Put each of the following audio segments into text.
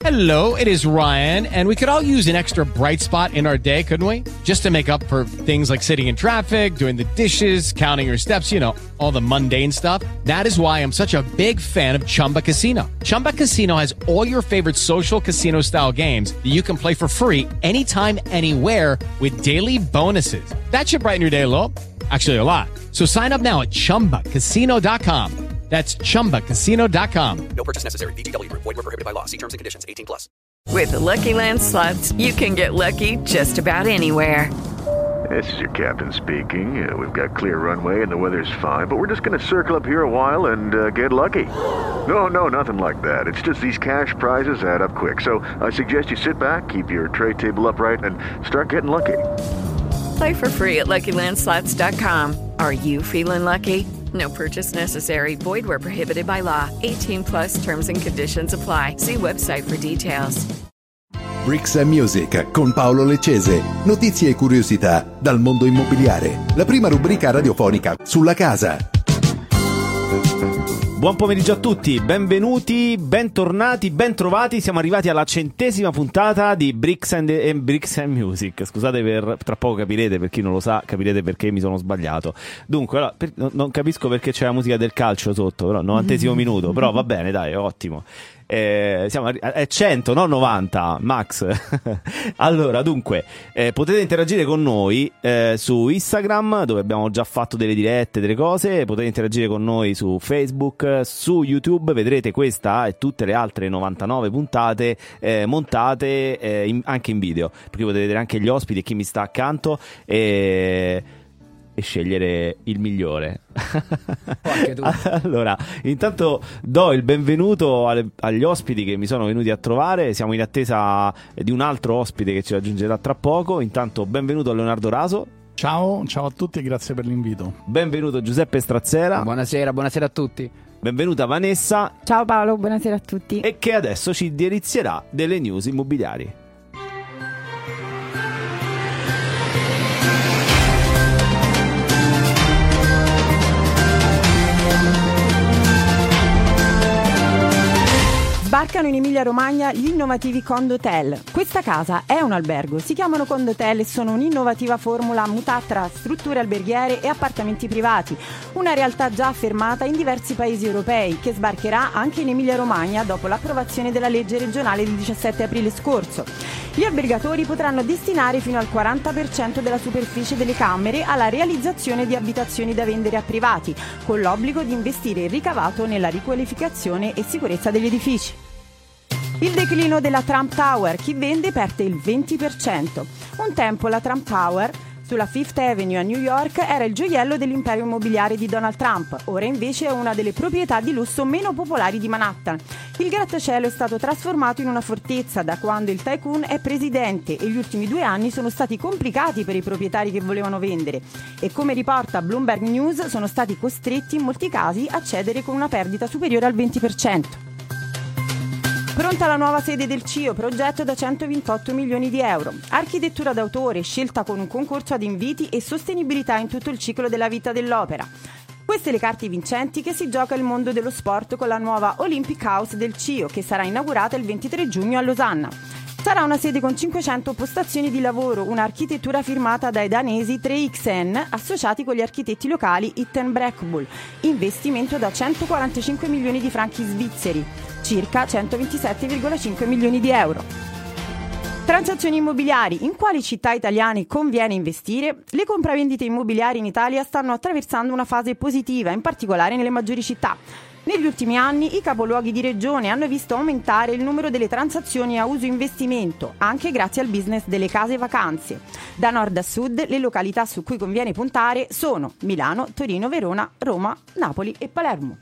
Hello, it is Ryan, and we could all use an extra bright spot in our day, couldn't we? Just to make up for things like sitting in traffic, doing the dishes, counting your steps, you know, all the mundane stuff. That is why I'm such a big fan of Chumba Casino. Chumba Casino has all your favorite social casino-style games that you can play for free anytime, anywhere with daily bonuses. That should brighten your day a little. Actually, a lot. So sign up now at ChumbaCasino.com. That's ChumbaCasino.com. No purchase necessary. VGW Group. Void where prohibited by law. See terms and conditions. 18+. With the Lucky Land Slots, you can get lucky just about anywhere. This is your captain speaking. We've got clear runway and the weather's fine, but we're just going to circle up here a while and get lucky. No, nothing like that. It's just these cash prizes add up quick. So I suggest you sit back, keep your tray table upright, and start getting lucky. Play for free at LuckyLandSlots.com. Are you feeling lucky? No purchase necessary. Void where prohibited by law. 18+ terms and conditions apply. See website for details. Bricks and Music con Paolo Leccese. Notizie e curiosità dal mondo immobiliare. La prima rubrica radiofonica sulla casa. Buon pomeriggio a tutti, benvenuti, bentornati, bentrovati. Siamo arrivati alla 100ª puntata di Bricks and Music. Scusate, tra poco capirete, per chi non lo sa, capirete perché mi sono sbagliato. Dunque, allora, non capisco perché c'è la musica del calcio sotto, però 90° minuto, però va bene, dai, ottimo. Siamo a 100, non 90, Max. Allora, dunque, potete interagire con noi su Instagram, dove abbiamo già fatto delle dirette, delle cose. Potete interagire con noi su Facebook, su YouTube. Vedrete questa e tutte le altre 99 puntate montate anche in video, perché potete vedere anche gli ospiti e chi mi sta accanto e scegliere il migliore. Allora, intanto do il benvenuto agli ospiti che mi sono venuti a trovare. Siamo in attesa di un altro ospite che ci raggiungerà tra poco. Intanto benvenuto a Leonardo Raso. Ciao a tutti e grazie per l'invito. Benvenuto Giuseppe Strazzera. Buonasera a tutti. Benvenuta Vanessa. Ciao Paolo, buonasera a tutti. E che adesso ci delizierà delle news immobiliari. Sbarcano in Emilia-Romagna gli innovativi Condotel. Questa casa è un albergo, si chiamano Condotel e sono un'innovativa formula a metà tra strutture alberghiere e appartamenti privati, una realtà già affermata in diversi paesi europei, che sbarcherà anche in Emilia-Romagna dopo l'approvazione della legge regionale del 17 aprile scorso. Gli albergatori potranno destinare fino al 40% della superficie delle camere alla realizzazione di abitazioni da vendere a privati, con l'obbligo di investire il ricavato nella riqualificazione e sicurezza degli edifici. Il declino della Trump Tower, chi vende perde il 20%. Un tempo la Trump Tower sulla Fifth Avenue a New York era il gioiello dell'impero immobiliare di Donald Trump, ora invece è una delle proprietà di lusso meno popolari di Manhattan. Il grattacielo è stato trasformato in una fortezza da quando il tycoon è presidente e gli ultimi 2 anni sono stati complicati per i proprietari che volevano vendere e, come riporta Bloomberg News, sono stati costretti in molti casi a cedere con una perdita superiore al 20%. Pronta la nuova sede del CIO, progetto da 128 milioni di euro. Architettura d'autore, scelta con un concorso ad inviti e sostenibilità in tutto il ciclo della vita dell'opera. Queste le carte vincenti che si gioca il mondo dello sport con la nuova Olympic House del CIO, che sarà inaugurata il 23 giugno a Losanna. Sarà una sede con 500 postazioni di lavoro, un'architettura firmata dai danesi 3XN, associati con gli architetti locali Itten Breakbull. Investimento da 145 milioni di franchi svizzeri, circa 127,5 milioni di euro. Transazioni immobiliari. In quali città italiane conviene investire? Le compravendite immobiliari in Italia stanno attraversando una fase positiva, in particolare nelle maggiori città. Negli ultimi anni i capoluoghi di regione hanno visto aumentare il numero delle transazioni a uso investimento, anche grazie al business delle case vacanze. Da nord a sud le località su cui conviene puntare sono Milano, Torino, Verona, Roma, Napoli e Palermo.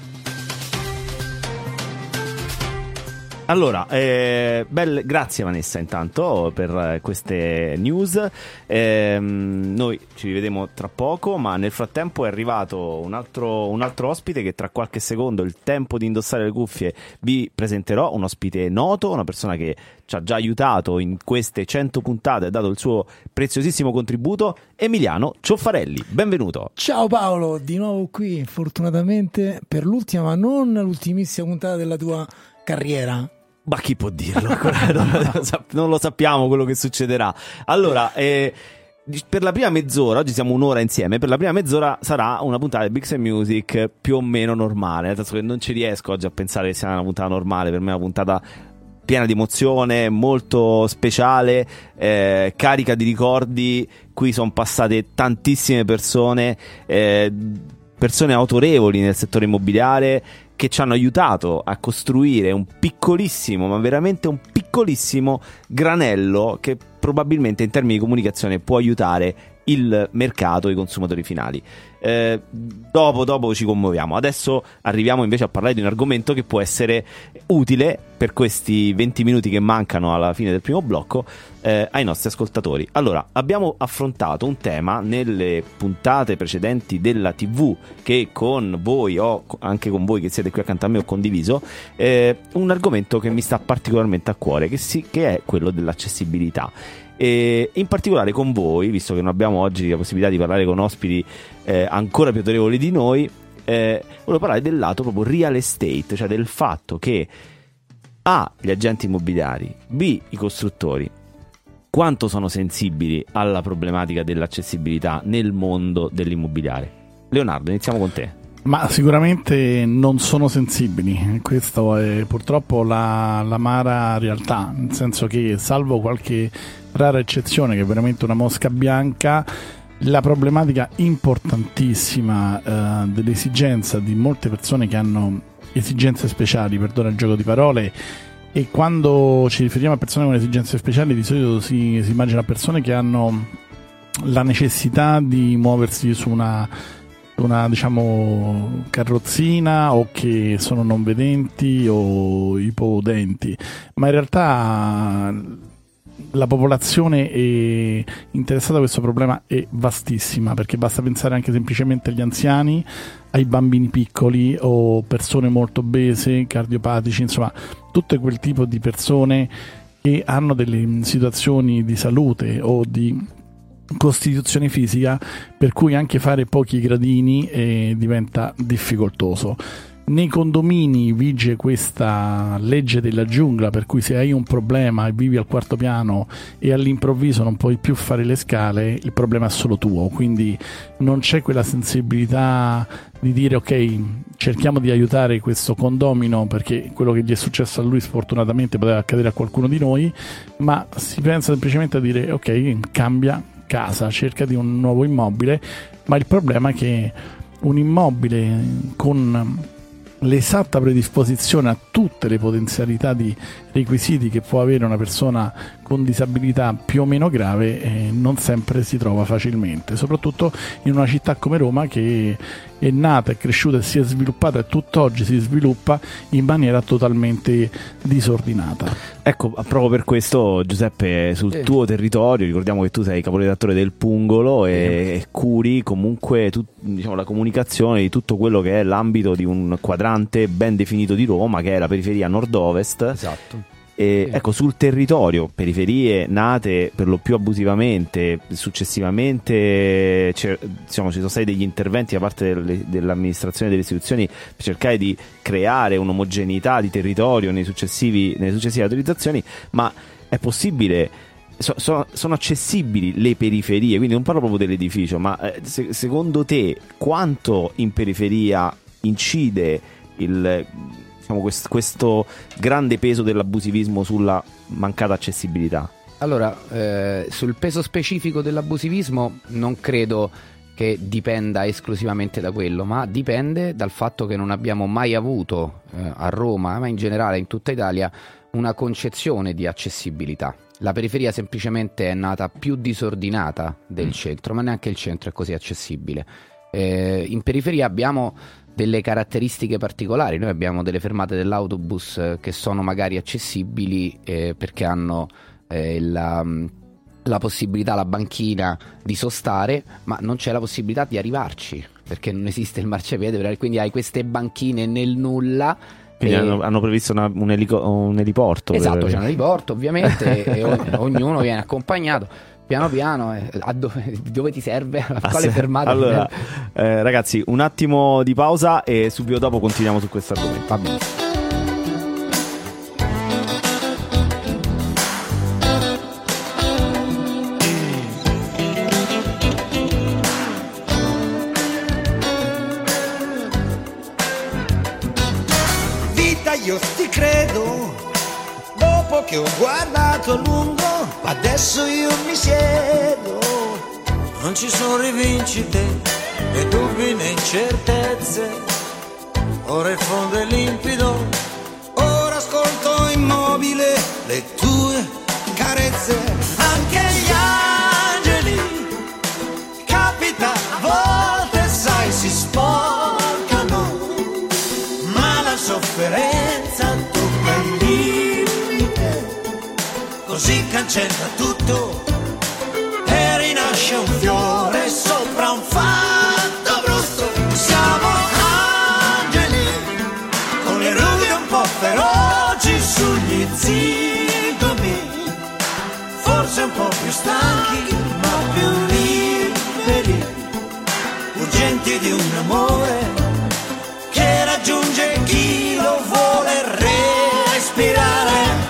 Allora, grazie Vanessa intanto per queste news. Noi ci rivedremo tra poco, ma nel frattempo è arrivato un altro ospite che tra qualche secondo, il tempo di indossare le cuffie, vi presenterò. Un ospite noto, una persona che ci ha già aiutato in queste 100 puntate, ha dato il suo preziosissimo contributo, Emiliano Cioffarelli. Benvenuto. Ciao Paolo, di nuovo qui, fortunatamente per l'ultima, ma non l'ultimissima puntata della tua carriera. Ma chi può dirlo? Non lo sappiamo quello che succederà. Allora, per la prima mezz'ora, oggi siamo un'ora insieme, per la prima mezz'ora sarà una puntata di Bricks and Music più o meno normale, nel senso che non ci riesco oggi a pensare che sia una puntata normale. Per me è una puntata piena di emozione, molto speciale, carica di ricordi. Qui sono passate tantissime persone autorevoli nel settore immobiliare, che ci hanno aiutato a costruire un piccolissimo, ma veramente un piccolissimo granello che probabilmente in termini di comunicazione può aiutare il mercato e i consumatori finali. Dopo ci commuoviamo. Adesso arriviamo invece a parlare di un argomento che può essere utile per questi 20 minuti che mancano alla fine del primo blocco ai nostri ascoltatori. Allora, abbiamo affrontato un tema nelle puntate precedenti della TV che con voi o anche con voi che siete qui accanto a me ho condiviso, un argomento che mi sta particolarmente a cuore, che è quello dell'accessibilità. E in particolare con voi, visto che non abbiamo oggi la possibilità di parlare con ospiti ancora più autorevoli di noi, volevo parlare del lato proprio real estate, cioè del fatto che A, gli agenti immobiliari, B, i costruttori, quanto sono sensibili alla problematica dell'accessibilità nel mondo dell'immobiliare. Leonardo, iniziamo con te. Ma sicuramente non sono sensibili, questo è purtroppo l'amara realtà, nel senso che salvo qualche rara eccezione che è veramente una mosca bianca, la problematica importantissima dell'esigenza di molte persone che hanno esigenze speciali, perdona il gioco di parole, e quando ci riferiamo a persone con esigenze speciali di solito si immagina persone che hanno la necessità di muoversi su una diciamo carrozzina, o che sono non vedenti o ipodenti, ma in realtà la popolazione è interessata a questo problema è vastissima, perché basta pensare anche semplicemente agli anziani, ai bambini piccoli o persone molto obese, cardiopatici, insomma tutto quel tipo di persone che hanno delle situazioni di salute o di costituzione fisica per cui anche fare pochi gradini diventa difficoltoso. Nei condomini vige questa legge della giungla, per cui se hai un problema e vivi al quarto piano e all'improvviso non puoi più fare le scale, il problema è solo tuo, quindi non c'è quella sensibilità di dire ok, cerchiamo di aiutare questo condomino perché quello che gli è successo a lui sfortunatamente poteva accadere a qualcuno di noi, ma si pensa semplicemente a dire ok, cambia casa, cerca di un nuovo immobile. Ma il problema è che un immobile con l'esatta predisposizione a tutte le potenzialità di requisiti che può avere una persona con disabilità più o meno grave non sempre si trova facilmente, soprattutto in una città come Roma che è nata, è cresciuta e si è sviluppata e tutt'oggi si sviluppa in maniera totalmente disordinata. Ecco, proprio per questo, Giuseppe, sul tuo territorio, ricordiamo che tu sei caporedattore del Pungolo e curi comunque diciamo, la comunicazione di tutto quello che è l'ambito di un quadrante ben definito di Roma, che è la periferia nord-ovest. Esatto. E, ecco, sul territorio, periferie nate per lo più abusivamente, successivamente diciamo, ci sono stati degli interventi da parte dell'amministrazione delle istituzioni per cercare di creare un'omogeneità di territorio nelle successive autorizzazioni, ma è possibile, sono accessibili le periferie, quindi non parlo proprio dell'edificio, ma secondo te quanto in periferia incide questo grande peso dell'abusivismo sulla mancata accessibilità? Allora, sul peso specifico dell'abusivismo non credo che dipenda esclusivamente da quello, ma dipende dal fatto che non abbiamo mai avuto a Roma, ma in generale in tutta Italia, una concezione di accessibilità. La periferia semplicemente è nata più disordinata del centro, ma neanche il centro è così accessibile. In periferia abbiamo delle caratteristiche particolari. Noi abbiamo delle fermate dell'autobus che sono magari accessibili perché hanno la possibilità, la banchina di sostare, ma non c'è la possibilità di arrivarci perché non esiste il marciapiede, quindi hai queste banchine nel nulla. Quindi hanno previsto un eliporto. Esatto, c'è un eliporto ovviamente e ognuno viene accompagnato piano piano dove ti serve, a quale fermata. Allora, ragazzi, un attimo di pausa e subito dopo continuiamo su questo argomento. Va benissimo. ti credo, dopo che ho guardato a lungo, adesso io mi siedo. Non ci sono rivincite, né dubbi né incertezze, ora il fondo è limpido, ora ascolto immobile le tue carezze. Anche gli angeli, capita a volte, sai, si sporcano, ma la sofferenza tocca il limite, così cancella tutto e rinasce un fiore sopra un fatto brutto. Siamo angeli con le rughe un po' feroci sugli zigomi, forse un po' più stanchi ma più liberi, urgenti di un amore che raggiunge chi lo vuole respirare.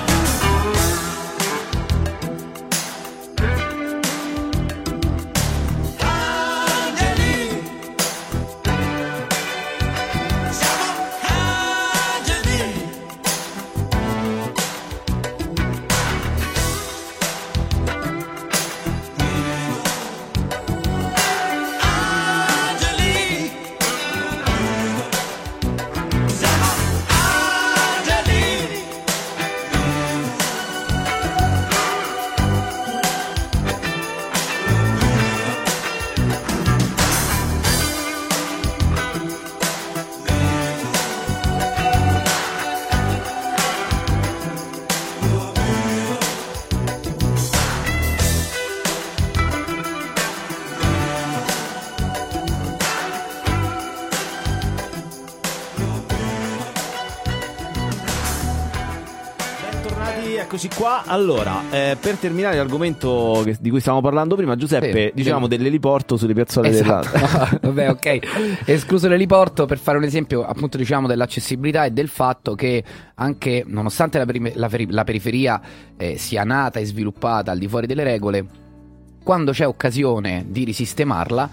Eccoci qua. Allora, per terminare l'argomento di cui stavamo parlando prima, Giuseppe, dicevamo dell'eliporto sulle piazzole della... Vabbè, ok. Escluso l'eliporto, per fare un esempio, appunto, diciamo dell'accessibilità e del fatto che anche nonostante la periferia sia nata e sviluppata al di fuori delle regole, quando c'è occasione di risistemarla,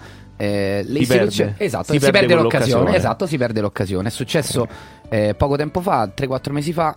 si perde l'occasione. Esatto, si perde l'occasione. È successo poco tempo fa, 3-4 mesi fa,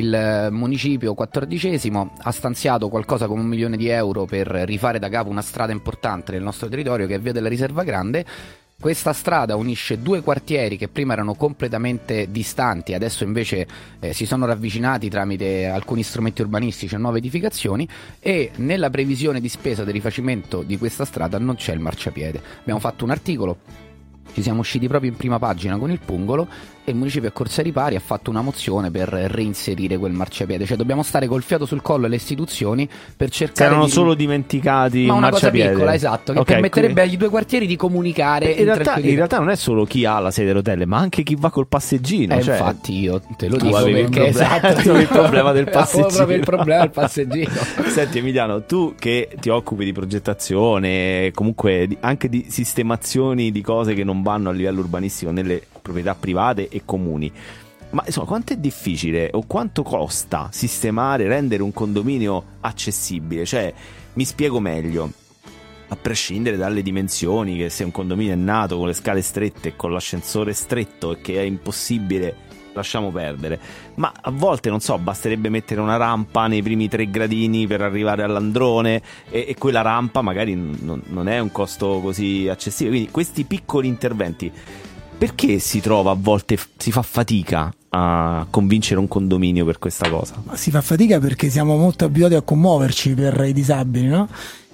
il municipio 14° ha stanziato qualcosa come 1 milione di euro per rifare da capo una strada importante nel nostro territorio, che è via della Riserva Grande. Questa strada unisce 2 quartieri che prima erano completamente distanti, adesso invece si sono ravvicinati tramite alcuni strumenti urbanistici a nuove edificazioni, e nella previsione di spesa del rifacimento di questa strada non c'è il marciapiede. Abbiamo fatto un articolo, ci siamo usciti proprio in prima pagina con il pungolo, e il municipio a corsa ai ripari ha fatto una mozione per reinserire quel marciapiede. Cioè dobbiamo stare col fiato sul collo alle istituzioni per cercare erano solo dimenticati ma il una cosa marciapiede. piccola, esatto, che permetterebbe agli 2 quartieri di comunicare in realtà non è solo chi ha la sede a rotelle, ma anche chi va col passeggino, cioè, infatti io te lo tu dico perché esatto, il problema del passeggino. proprio il problema del passeggino. Senti Emiliano, tu che ti occupi di progettazione, comunque anche di sistemazioni di cose che non vanno a livello urbanistico nelle proprietà private e comuni, ma insomma, quanto è difficile o quanto costa sistemare, rendere un condominio accessibile? Cioè, mi spiego meglio, a prescindere dalle dimensioni, che se un condominio è nato con le scale strette, con l'ascensore stretto e che è impossibile, lasciamo perdere, ma a volte, non so, basterebbe mettere una rampa nei primi 3 gradini per arrivare all'androne, e quella rampa magari non è un costo così accessibile. Quindi questi piccoli interventi, perché si trova a volte, si fa fatica a convincere un condominio per questa cosa? Si fa fatica perché siamo molto abituati a commuoverci per i disabili, no?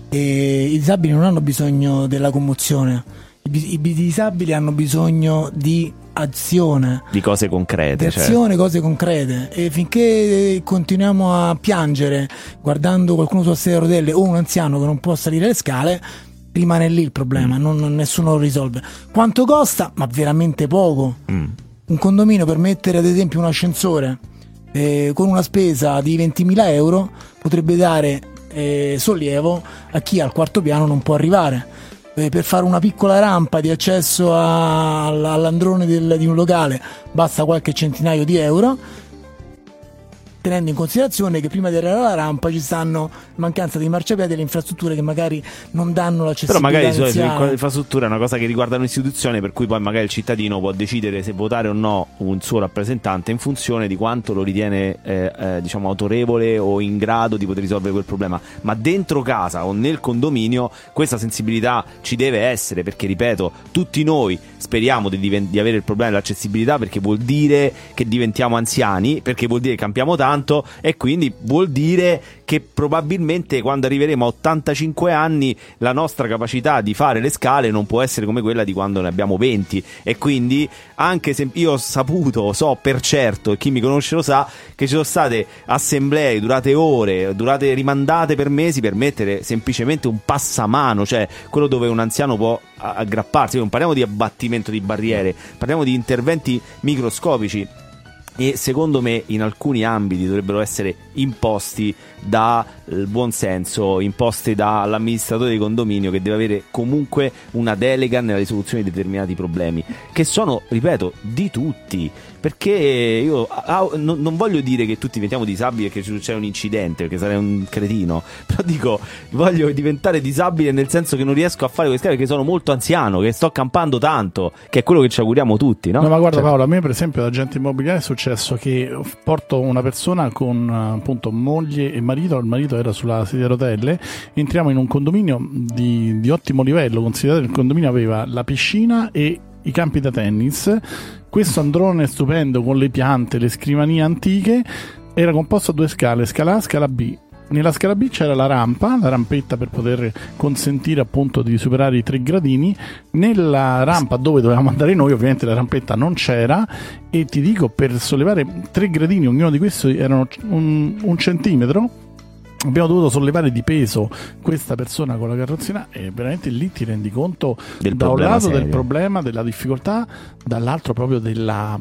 E i disabili non hanno bisogno della commozione, i disabili hanno bisogno di azione, di cose concrete, di azione, cose concrete. E finché continuiamo a piangere guardando qualcuno sulla sedia a rotelle o un anziano che non può salire le scale, rimane lì il problema, nessuno lo risolve. Quanto costa? Ma veramente poco. Un condominio per mettere ad esempio un ascensore con una spesa di 20.000 euro potrebbe dare sollievo a chi al 4º piano non può arrivare. Per fare una piccola rampa di accesso all'androne di un locale basta qualche centinaio di euro. tenendo in considerazione che prima di arrivare alla rampa ci stanno mancanza di marciapiedi e le infrastrutture che magari non danno l'accessibilità. Però magari iniziale. l'infrastruttura è una cosa che riguarda un'istituzione, per cui poi magari il cittadino può decidere se votare o no un suo rappresentante in funzione di quanto lo ritiene diciamo autorevole o in grado di poter risolvere quel problema. Ma dentro casa o nel condominio questa sensibilità ci deve essere, perché ripeto, tutti noi speriamo di avere il problema dell'accessibilità, perché vuol dire che diventiamo anziani, perché vuol dire che campiamo tanto, e quindi vuol dire che probabilmente quando arriveremo a 85 anni la nostra capacità di fare le scale non può essere come quella di quando ne abbiamo 20. E quindi, anche se io ho saputo, so per certo, e chi mi conosce lo sa, che ci sono state assemblee durate ore, durate rimandate per mesi, per mettere semplicemente un passamano, cioè quello dove un anziano può aggrapparsi. Non parliamo di abbattimento di barriere, parliamo di interventi microscopici, e secondo me in alcuni ambiti dovrebbero essere imposti dal buon senso, imposti dall'amministratore di condominio, che deve avere comunque una delega nella risoluzione di determinati problemi, che sono, ripeto, di tutti. Perché io non voglio dire che tutti diventiamo disabili perché c'è un incidente, perché sarei un cretino, però dico, voglio diventare disabile nel senso che non riesco a fare queste cose, perché sono molto anziano, che sto campando tanto, che è quello che ci auguriamo tutti, no? No, ma guarda, Paolo, a me per esempio da agente immobiliare è successo che porto una persona con appunto moglie e marito, il marito era sulla sedia a rotelle, entriamo in un condominio di ottimo livello, considerato che il condominio aveva la piscina e i campi da tennis. Questo androne stupendo con le piante, le scrivanie antiche, era composto a 2 scale, scala A, scala B. Nella scala B c'era la rampetta per poter consentire appunto di superare i 3 gradini. Nella rampa dove dovevamo andare noi ovviamente la rampetta non c'era, e ti dico, per sollevare 3 gradini, ognuno di questi erano un centimetro, abbiamo dovuto sollevare di peso questa persona con la carrozzina, e veramente lì ti rendi conto da un lato del problema, della difficoltà, dall'altro proprio della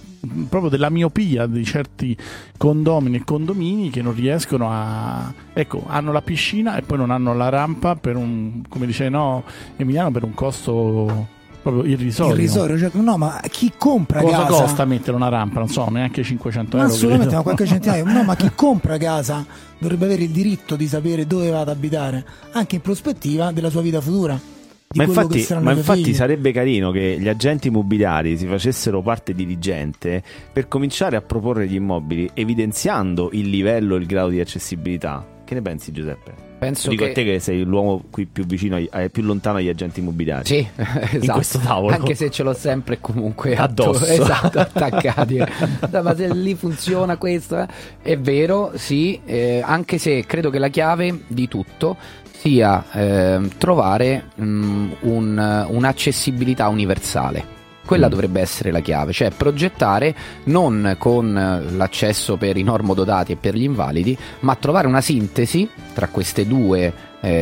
miopia di certi condomini e condomini che non riescono hanno la piscina e poi non hanno la rampa per come dice Emiliano, per un costo proprio irrisorio. Cioè, no, ma chi compra cosa casa costa mettere una rampa? Non so, neanche 500 euro. Assolutamente, ma qualche centinaio. No, ma chi compra casa dovrebbe avere il diritto di sapere dove va ad abitare, anche in prospettiva della sua vita futura. Ma infatti sarebbe carino che gli agenti immobiliari si facessero parte dirigente per cominciare a proporre gli immobili evidenziando il livello e il grado di accessibilità. Che ne pensi, Giuseppe? Penso Dico a te che sei l'uomo qui più vicino, più lontano agli agenti immobiliari. Sì, esatto. In questo tavolo. Anche se ce l'ho sempre comunque addosso. Esatto, attaccati. No, ma se lì funziona questo, è vero, sì, anche se credo che la chiave di tutto sia trovare un'accessibilità universale. Quella dovrebbe essere la chiave, cioè progettare non con l'accesso per i normodotati e per gli invalidi, ma trovare una sintesi tra queste due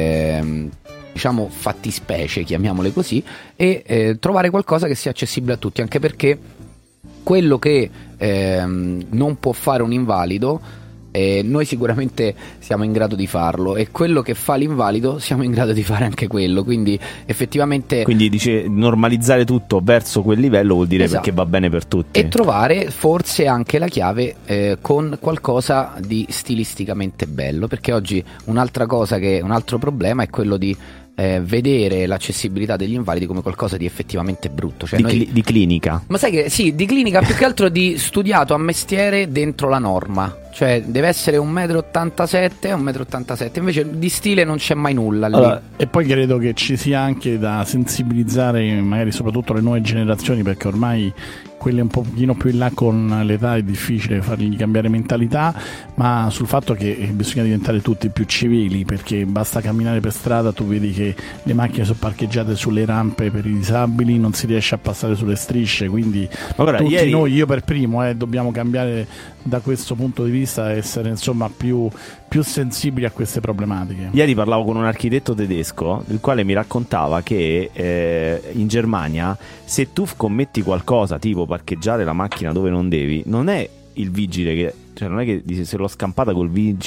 diciamo fattispecie, chiamiamole così, e trovare qualcosa che sia accessibile a tutti, anche perché quello che non può fare un invalido noi sicuramente siamo in grado di farlo, e quello che fa l'invalido siamo in grado di fare anche quello, quindi effettivamente dice normalizzare tutto verso quel livello vuol dire perché va bene per tutti, e trovare forse anche la chiave con qualcosa di stilisticamente bello, perché oggi un altro problema è quello di vedere l'accessibilità degli invalidi come qualcosa di effettivamente brutto, cioè di clinica. Ma sai che sì, di clinica più che altro di studiato a mestiere dentro la norma, cioè deve essere 1,87 m, 1,87 m, invece di stile non c'è mai nulla lì. Allora, e poi credo che ci sia anche da sensibilizzare magari soprattutto le nuove generazioni, perché ormai quelle un pochino più in là con l'età è difficile fargli cambiare mentalità, ma sul fatto che bisogna diventare tutti più civili, perché basta camminare per strada, tu vedi che le macchine sono parcheggiate sulle rampe per i disabili, non si riesce a passare sulle strisce, quindi tutti noi, io per primo, dobbiamo cambiare da questo punto di vista, essere insomma più sensibili a queste problematiche. Ieri parlavo con un architetto tedesco, il quale mi raccontava che in Germania se tu commetti qualcosa tipo parcheggiare la macchina dove non devi, non è il vigile che, cioè non è che se l'ho scampata col vigile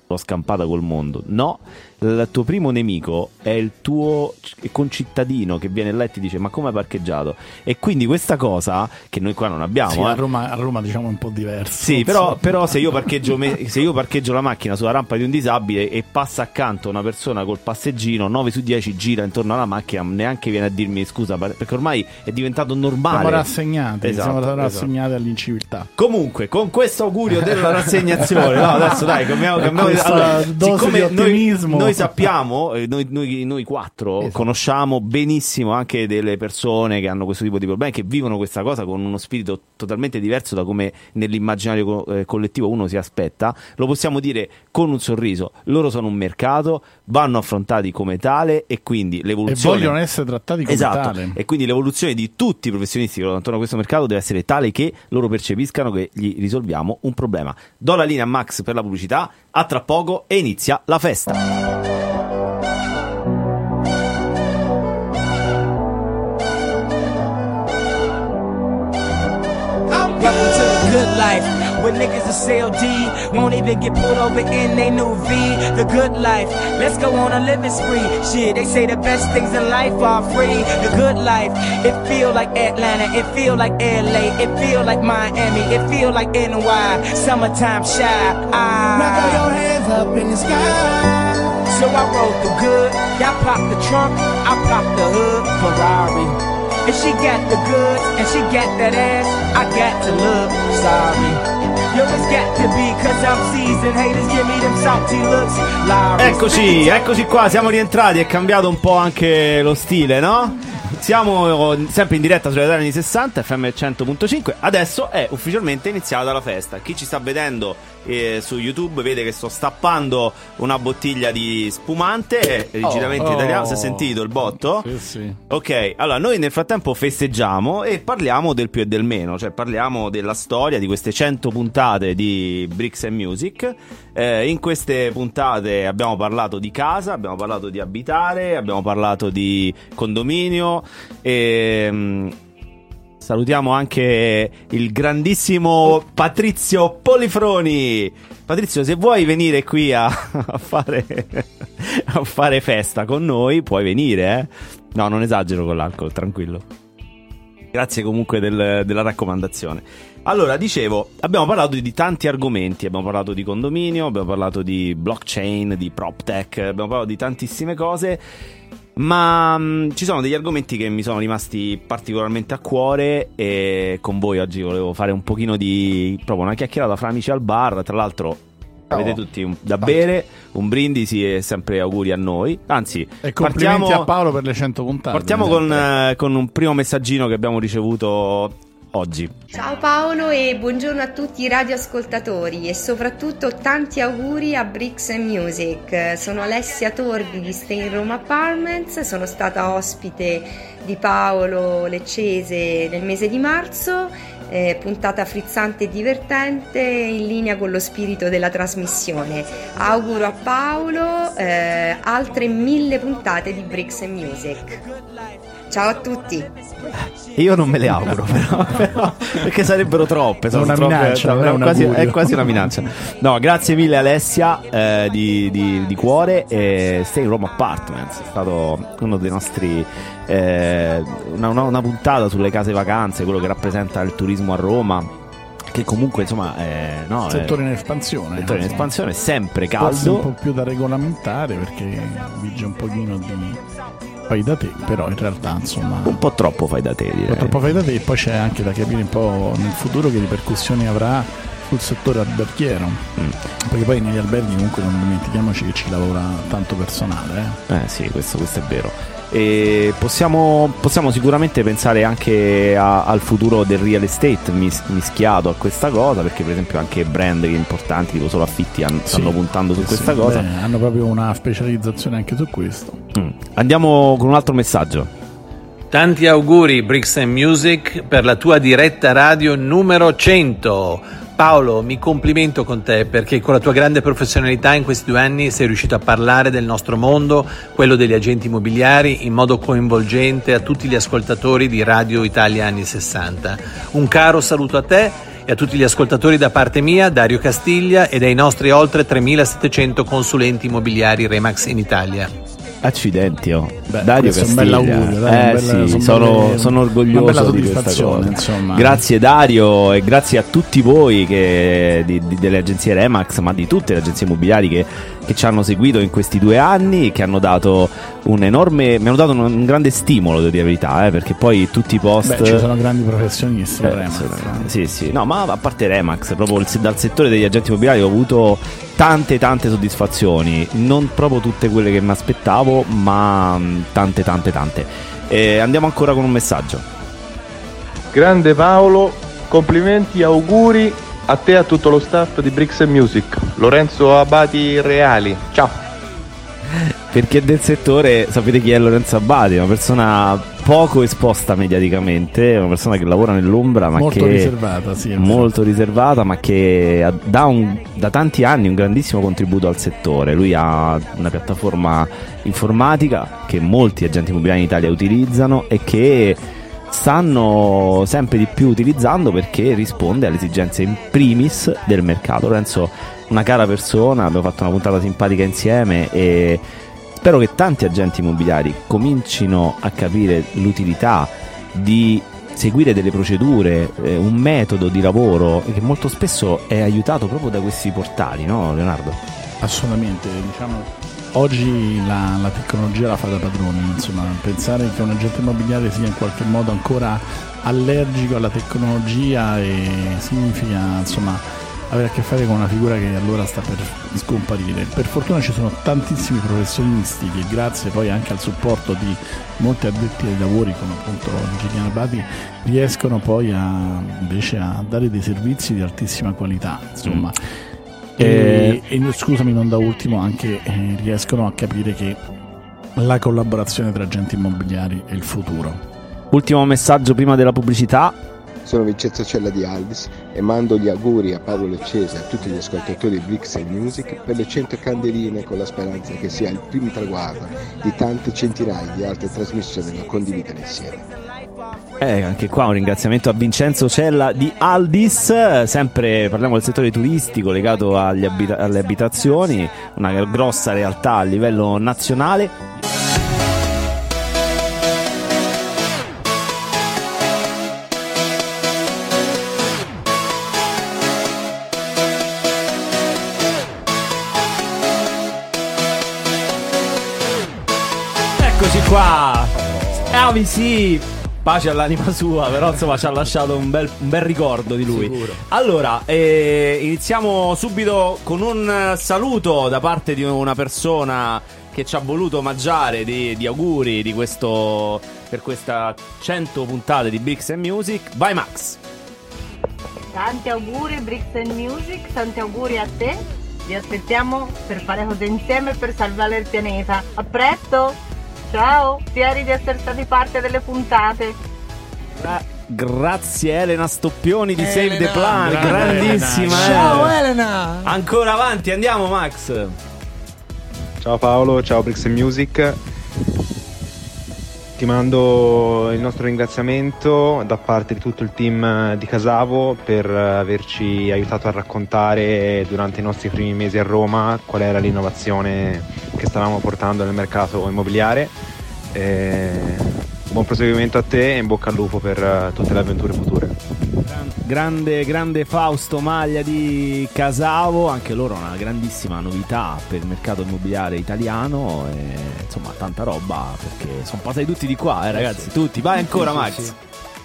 l'ho scampata col mondo. No, il tuo primo nemico è il tuo concittadino che viene là e ti dice ma come hai parcheggiato? E quindi questa cosa che noi qua non abbiamo, sì, a Roma diciamo è un po' diverso. Sì, però se io parcheggio la macchina sulla rampa di un disabile e passa accanto una persona col passeggino, 9 su 10 gira intorno alla macchina, neanche viene a dirmi scusa, perché ormai è diventato normale. Siamo rassegnati, esatto. all'inciviltà. Comunque, con questo augurio della rassegnazione, no, adesso dai, cambiamo allora, siccome noi sappiamo, noi quattro conosciamo benissimo anche delle persone che hanno questo tipo di problemi, che vivono questa cosa con uno spirito totalmente diverso da come nell'immaginario collettivo uno si aspetta. Lo possiamo dire con un sorriso: loro sono un mercato, vanno affrontati come tale, e quindi l'evoluzione, e vogliono essere trattati come tale, e quindi l'evoluzione di tutti i professionisti che sono attorno a questo mercato deve essere tale che loro percepiscano che gli risolviamo un problema. Do la linea a Max per la pubblicità, a tra poco, e inizia la festa. Welcome to the good life, where niggas is CLD, won't even get pulled over in they new V. The good life, let's go on a living spree. Shit, they say the best things in life are free. The good life, it feel like Atlanta, it feel like LA, it feel like Miami, it feel like NY, summertime shy. Now throw your hands up in the sky. So I roll the good, y'all pop the trunk, I pop the hood, Ferrari. If she got the goods and she got that ass, I got to look sorry. Yo, it's got to be cause I'm seasoned. Haters give me them salty looks. Eccoci qua, siamo rientrati, è cambiato un po' anche lo stile, no? Siamo sempre in diretta sulle anni 60, FM 100.5. Adesso è ufficialmente iniziata la festa. Chi ci sta vedendo su YouTube vede che sto stappando una bottiglia di spumante rigidamente italiano. Si è sentito il botto? Sì. Ok, allora noi nel frattempo festeggiamo e parliamo del più e del meno, cioè parliamo della storia di queste 100 puntate di Bricks and Music. In queste puntate abbiamo parlato di casa, abbiamo parlato di abitare, abbiamo parlato di condominio e salutiamo anche il grandissimo Patrizio Polifroni. Patrizio, se vuoi venire qui a fare festa con noi, puoi venire, No, non esagero con l'alcol, tranquillo. Grazie comunque della raccomandazione. Allora, dicevo, abbiamo parlato di tanti argomenti, abbiamo parlato di condominio, abbiamo parlato di blockchain, di PropTech, abbiamo parlato di tantissime cose, ma ci sono degli argomenti che mi sono rimasti particolarmente a cuore e con voi oggi volevo fare un pochino di proprio una chiacchierata fra amici al bar. Tra l'altro avete tutti da bere, un brindisi e sempre auguri a noi. Anzi, e complimenti a Paolo per le 100 puntate. Partiamo con un primo messaggino che abbiamo ricevuto oggi. Ciao Paolo e buongiorno a tutti i radioascoltatori e soprattutto tanti auguri a Bricks and Music. Sono Alessia Torbi di Stay in Rome Apartments, sono stata ospite di Paolo Leccese nel mese di marzo, puntata frizzante e divertente in linea con lo spirito della trasmissione. Auguro a Paolo altre 1000 puntate di Bricks and Music. Ciao a tutti. Io non me le auguro però perché sarebbero troppe, sono una troppe, minaccia, è quasi una minaccia. No, grazie mille Alessia di cuore. Stay in Rome Apartments è stato uno dei nostri una puntata sulle case vacanze, quello che rappresenta il turismo a Roma, che comunque insomma settore in espansione, sempre caldo, forse un po' più da regolamentare perché vige un pochino di fai da te, però in realtà insomma un po' troppo fai da te, direi. Un po' troppo fai da te, e poi c'è anche da capire un po' nel futuro che ripercussioni avrà sul settore alberghiero, perché poi negli alberghi comunque non dimentichiamoci che ci lavora tanto personale. Sì, questo è vero. E possiamo sicuramente pensare anche al futuro del real estate mischiato a questa cosa, perché per esempio anche brand importanti tipo Solo Affitti stanno puntando su questa cosa. Hanno proprio una specializzazione anche su questo. Andiamo con un altro messaggio. Tanti auguri Bricks and Music per la tua diretta radio numero 100. Paolo, mi complimento con te perché con la tua grande professionalità in questi 2 anni sei riuscito a parlare del nostro mondo, quello degli agenti immobiliari, in modo coinvolgente a tutti gli ascoltatori di Radio Italia anni 60. Un caro saluto a te E a tutti gli ascoltatori da parte mia, Dario Castiglia, e dai nostri oltre 3.700 consulenti immobiliari Remax in Italia. Accidenti, oh. Beh, Dario questo è un Castiglia. bell'augurio, dai, Sì, sono sono orgoglioso una bella di questa soddisfazione, cosa. insomma. Grazie Dario, e grazie a tutti voi delle agenzie Remax, ma di tutte le agenzie immobiliari che ci hanno seguito in questi 2 anni, che hanno dato mi hanno dato un grande stimolo, devo dire la verità, perché poi tutti i post... Beh, ci sono grandi professionisti Remax. Sì, no, ma a parte Remax, proprio dal settore degli agenti immobiliari ho avuto tante soddisfazioni, non proprio tutte quelle che mi aspettavo, ma tante. Andiamo ancora con un messaggio. Grande Paolo, complimenti, auguri a te e a tutto lo staff di Bricks & Music. Lorenzo Abati Reali, ciao. Perché del settore sapete chi è Lorenzo Abati, una persona poco esposta mediaticamente, una persona che lavora nell'ombra, ma molto che riservata, sì, molto riservata, ma che da tanti anni un grandissimo contributo al settore. Lui ha una piattaforma informatica che molti agenti immobiliari in Italia utilizzano e che stanno sempre di più utilizzando perché risponde alle esigenze in primis del mercato. Lorenzo, una cara persona, abbiamo fatto una puntata simpatica insieme e spero che tanti agenti immobiliari comincino a capire l'utilità di seguire delle procedure, un metodo di lavoro che molto spesso è aiutato proprio da questi portali, no Leonardo? Assolutamente, diciamo oggi la tecnologia la fa da padroni, insomma, pensare che un agente immobiliare sia in qualche modo ancora allergico alla tecnologia significa, insomma, avere a che fare con una figura che allora sta per scomparire. Per fortuna ci sono tantissimi professionisti che, grazie poi anche al supporto di molti addetti ai lavori come appunto l'ingegnere Abati, riescono poi invece a dare dei servizi di altissima qualità, insomma. E scusami, non da ultimo, anche riescono a capire che la collaborazione tra agenti immobiliari è il futuro. Ultimo messaggio prima della pubblicità. Sono Vincenzo Cella di Aldis e mando gli auguri a Paolo Leccese e a tutti gli ascoltatori di Bricks & Music per le 100 candeline, con la speranza che sia il primo traguardo di tante centinaia di altre trasmissioni da condividere insieme. Anche qua un ringraziamento a Vincenzo Cella di Aldis. Sempre parliamo del settore turistico legato alle abitazioni, una grossa realtà a livello nazionale. Eccoci qua, sì, pace all'anima sua, però insomma ci ha lasciato un bel ricordo di lui. Sicuro. Allora, iniziamo subito con un saluto da parte di una persona che ci ha voluto omaggiare di auguri per questa 100 puntate di Bricks & Music. Vai Max! Tanti auguri Bricks & Music, tanti auguri a te, vi aspettiamo per fare cose insieme per salvare il pianeta. A presto! Ciao, fieri di essere stati parte delle puntate. Grazie Elena Stoppioni di Save the Plan, grandissima. Ciao Elena. Ancora avanti, andiamo Max. Ciao Paolo, ciao Bricks & Music. Ti mando il nostro ringraziamento da parte di tutto il team di Casavo per averci aiutato a raccontare durante i nostri primi mesi a Roma qual era l'innovazione che stavamo portando nel mercato immobiliare. Buon proseguimento a te e in bocca al lupo per tutte le avventure future. Grande Fausto Maglia di Casavo, anche loro una grandissima novità per il mercato immobiliare italiano e insomma tanta roba, perché sono passati tutti di qua, ragazzi, tutti. Vai ancora Max. Sì.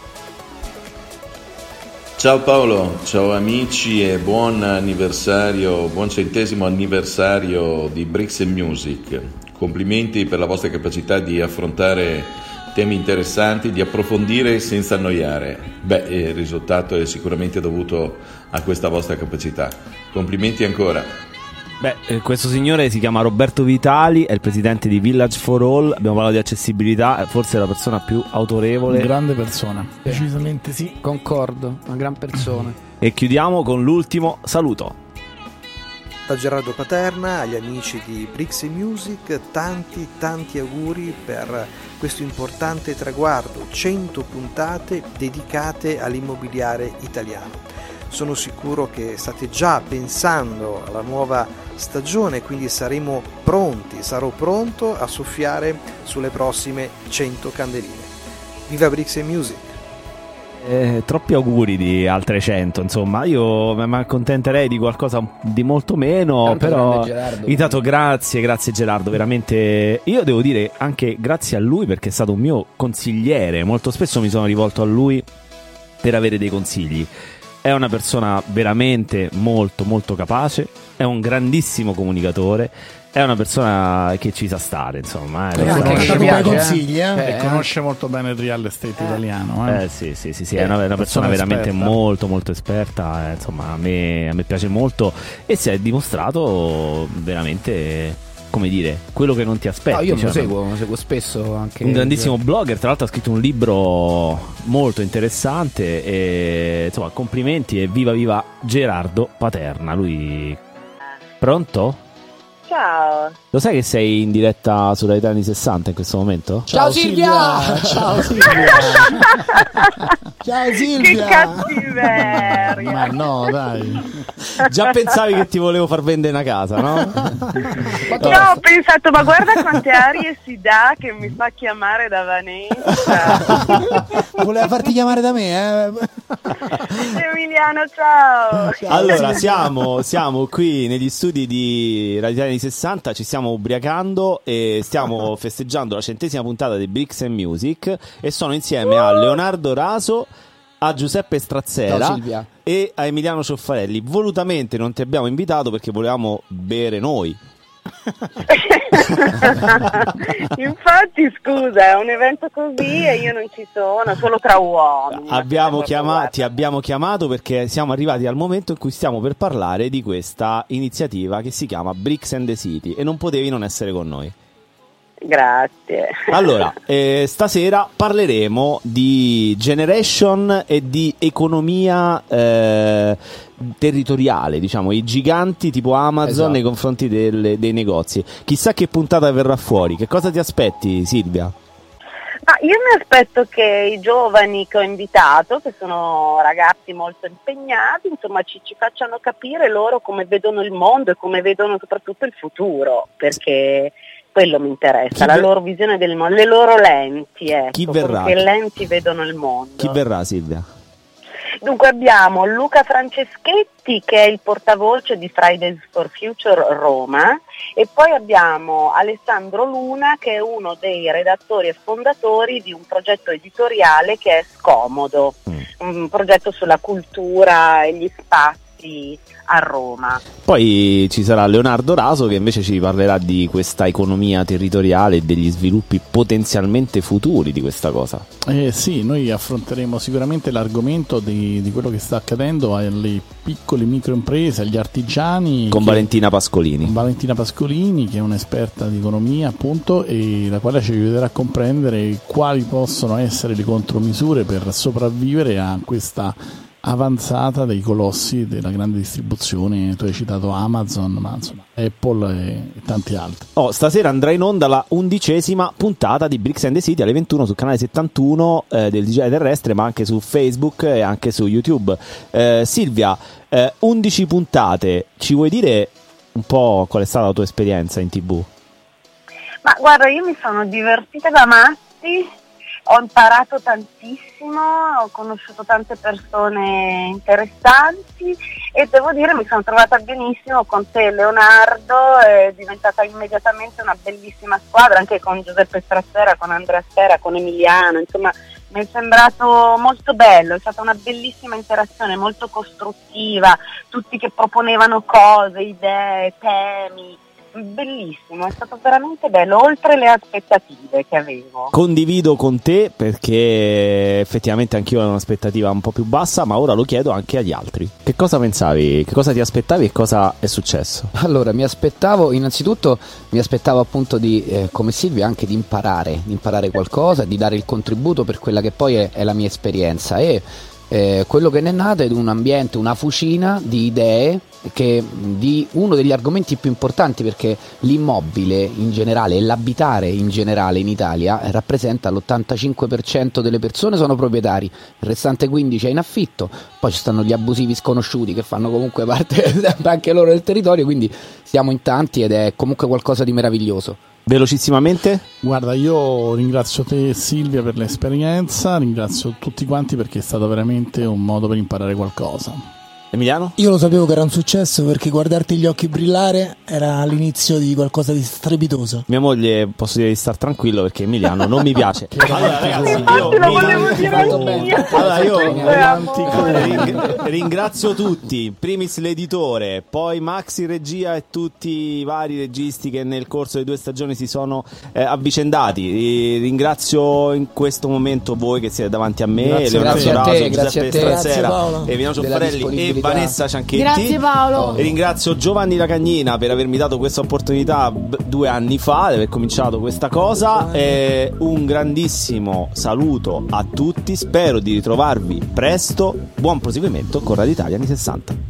Ciao Paolo, ciao amici e buon anniversario, buon 100° anniversario di Bricks & Music. Complimenti per la vostra capacità di affrontare temi interessanti, di approfondire senza annoiare. Il risultato è sicuramente dovuto a questa vostra capacità. Complimenti ancora. Questo signore si chiama Roberto Vitali, è il presidente di Village for All. Abbiamo parlato di accessibilità, forse è la persona più autorevole. Grande persona, decisamente sì. Concordo, una gran persona. E chiudiamo con l'ultimo saluto. Da Gerardo Paterna agli amici di Bricks & Music, tanti auguri per questo importante traguardo, 100 puntate dedicate all'immobiliare italiano. sono sicuro che state già pensando alla nuova stagione, quindi sarò pronto a soffiare sulle prossime 100 candeline. Viva Bricks and Music! Troppi auguri di altre 100, insomma. Io mi accontenterei di qualcosa di molto meno. Tanto però Gerardo, intanto grazie Gerardo, veramente. Io devo dire anche grazie a lui, perché è stato un mio consigliere. Molto spesso mi sono rivolto a lui per avere dei consigli. È una persona veramente molto molto capace, è un grandissimo comunicatore, è una persona che ci sa stare, insomma. E conosce molto bene il real estate italiano. Sì, è una persona veramente esperta. molto molto esperta, insomma, a me piace molto e si è dimostrato veramente, come dire, quello che non ti aspetti. Io lo seguo spesso anche. Un grandissimo blogger, tra l'altro ha scritto un libro molto interessante e insomma, complimenti e viva Gerardo Paterna. Lui pronto? Ciao. Lo sai che sei in diretta su Rai anni 60 in questo momento? Ciao Silvia! Ciao Silvia! Ciao Silvia! Che cattiveria! Ma no, dai. Già pensavi che ti volevo far vendere una casa, no? No, ho pensato, ma guarda quante arie si dà che mi fa chiamare da Vanessa. Voleva farti chiamare da me, Emiliano, ciao! Allora, siamo qui negli studi di Radio Anni 60, ci stiamo ubriacando e stiamo festeggiando la 100ª puntata di Bricks and Music e sono insieme a Leonardo Raso, a Giuseppe Strazzera e a Emiliano Cioffarelli. Volutamente non ti abbiamo invitato perché volevamo bere noi. Infatti, scusa, è un evento così e io non ci sono, solo tra uomini. Ti abbiamo chiamato perché siamo arrivati al momento in cui stiamo per parlare di questa iniziativa che si chiama Bricks and the City e non potevi non essere con noi. Grazie. Allora, stasera parleremo di generation e di economia territoriale, diciamo, i giganti tipo Amazon nei confronti dei negozi. Chissà che puntata verrà fuori. Che cosa ti aspetti, Silvia? Io mi aspetto che i giovani che ho invitato, che sono ragazzi molto impegnati, insomma ci facciano capire loro come vedono il mondo e come vedono soprattutto il futuro, perché quello mi interessa, la loro visione del mondo, le loro lenti, Chi verrà? Che lenti vedono il mondo. Chi verrà, Silvia? Dunque abbiamo Luca Franceschetti, che è il portavoce di Fridays for Future Roma, e poi abbiamo Alessandro Luna, che è uno dei redattori e fondatori di un progetto editoriale che è Scomodo, un progetto sulla cultura e gli spazi a Roma. Poi ci sarà Leonardo Raso che invece ci parlerà di questa economia territoriale e degli sviluppi potenzialmente futuri di questa cosa. Sì, noi affronteremo sicuramente l'argomento di quello che sta accadendo alle piccole microimprese, agli artigiani. Con Valentina Pascolini. Valentina Pascolini, che è un'esperta di economia, appunto, e la quale ci aiuterà a comprendere quali possono essere le contromisure per sopravvivere a questa avanzata dei colossi della grande distribuzione. Tu hai citato Amazon, ma insomma Apple e tanti altri. Stasera andrà in onda la 11ª puntata di Bricks and the City alle 21 sul canale 71 del Digitale Terrestre, ma anche su Facebook e anche su YouTube. Silvia, 11 puntate, ci vuoi dire un po' qual è stata la tua esperienza in TV? Ma guarda, io mi sono divertita da matti. Ho imparato tantissimo, ho conosciuto tante persone interessanti e devo dire mi sono trovata benissimo con te, Leonardo, è diventata immediatamente una bellissima squadra, anche con Giuseppe Strazzera, con Andrea Spera, con Emiliano, insomma mi è sembrato molto bello, è stata una bellissima interazione, molto costruttiva, tutti che proponevano cose, idee, temi. Bellissimo, è stato veramente bello, oltre le aspettative che avevo. Condivido con te perché effettivamente anch'io avevo un'aspettativa un po' più bassa, ma ora lo chiedo anche agli altri. Che cosa pensavi? Che cosa ti aspettavi e cosa è successo? Allora, innanzitutto mi aspettavo appunto di, come Silvia, anche di imparare qualcosa, di dare il contributo per quella che poi è la mia esperienza e quello che ne è nato è un ambiente, una fucina di idee di uno degli argomenti più importanti, perché l'immobile in generale e l'abitare in generale in Italia rappresenta l'85% delle persone sono proprietari, il restante 15% è in affitto, poi ci stanno gli abusivi sconosciuti che fanno comunque parte anche loro del territorio, quindi siamo in tanti ed è comunque qualcosa di meraviglioso. Velocissimamente? Guarda, io ringrazio te Silvia per l'esperienza, ringrazio tutti quanti perché è stato veramente un modo per imparare qualcosa. Emiliano? Io lo sapevo che era un successo perché guardarti gli occhi brillare era l'inizio di qualcosa di strepitoso. Mia moglie, posso dire di star tranquillo perché Emiliano non mi piace. Allora ragazzi, io ringrazio tutti, in primis l'editore, poi Max in regia e tutti i vari registi che nel corso delle 2 stagioni si sono avvicendati. Ringrazio in questo momento voi che siete davanti a me, grazie a te, grazie a te, Strazzera, Emiliano Cioffarelli e Vanessa Cianchetti. Grazie Paolo. Ringrazio Giovanni Lacagnina per avermi dato questa opportunità 2 anni fa di aver cominciato questa cosa. Un grandissimo saluto a tutti, spero di ritrovarvi presto. Buon proseguimento con Radio Italia anni 60.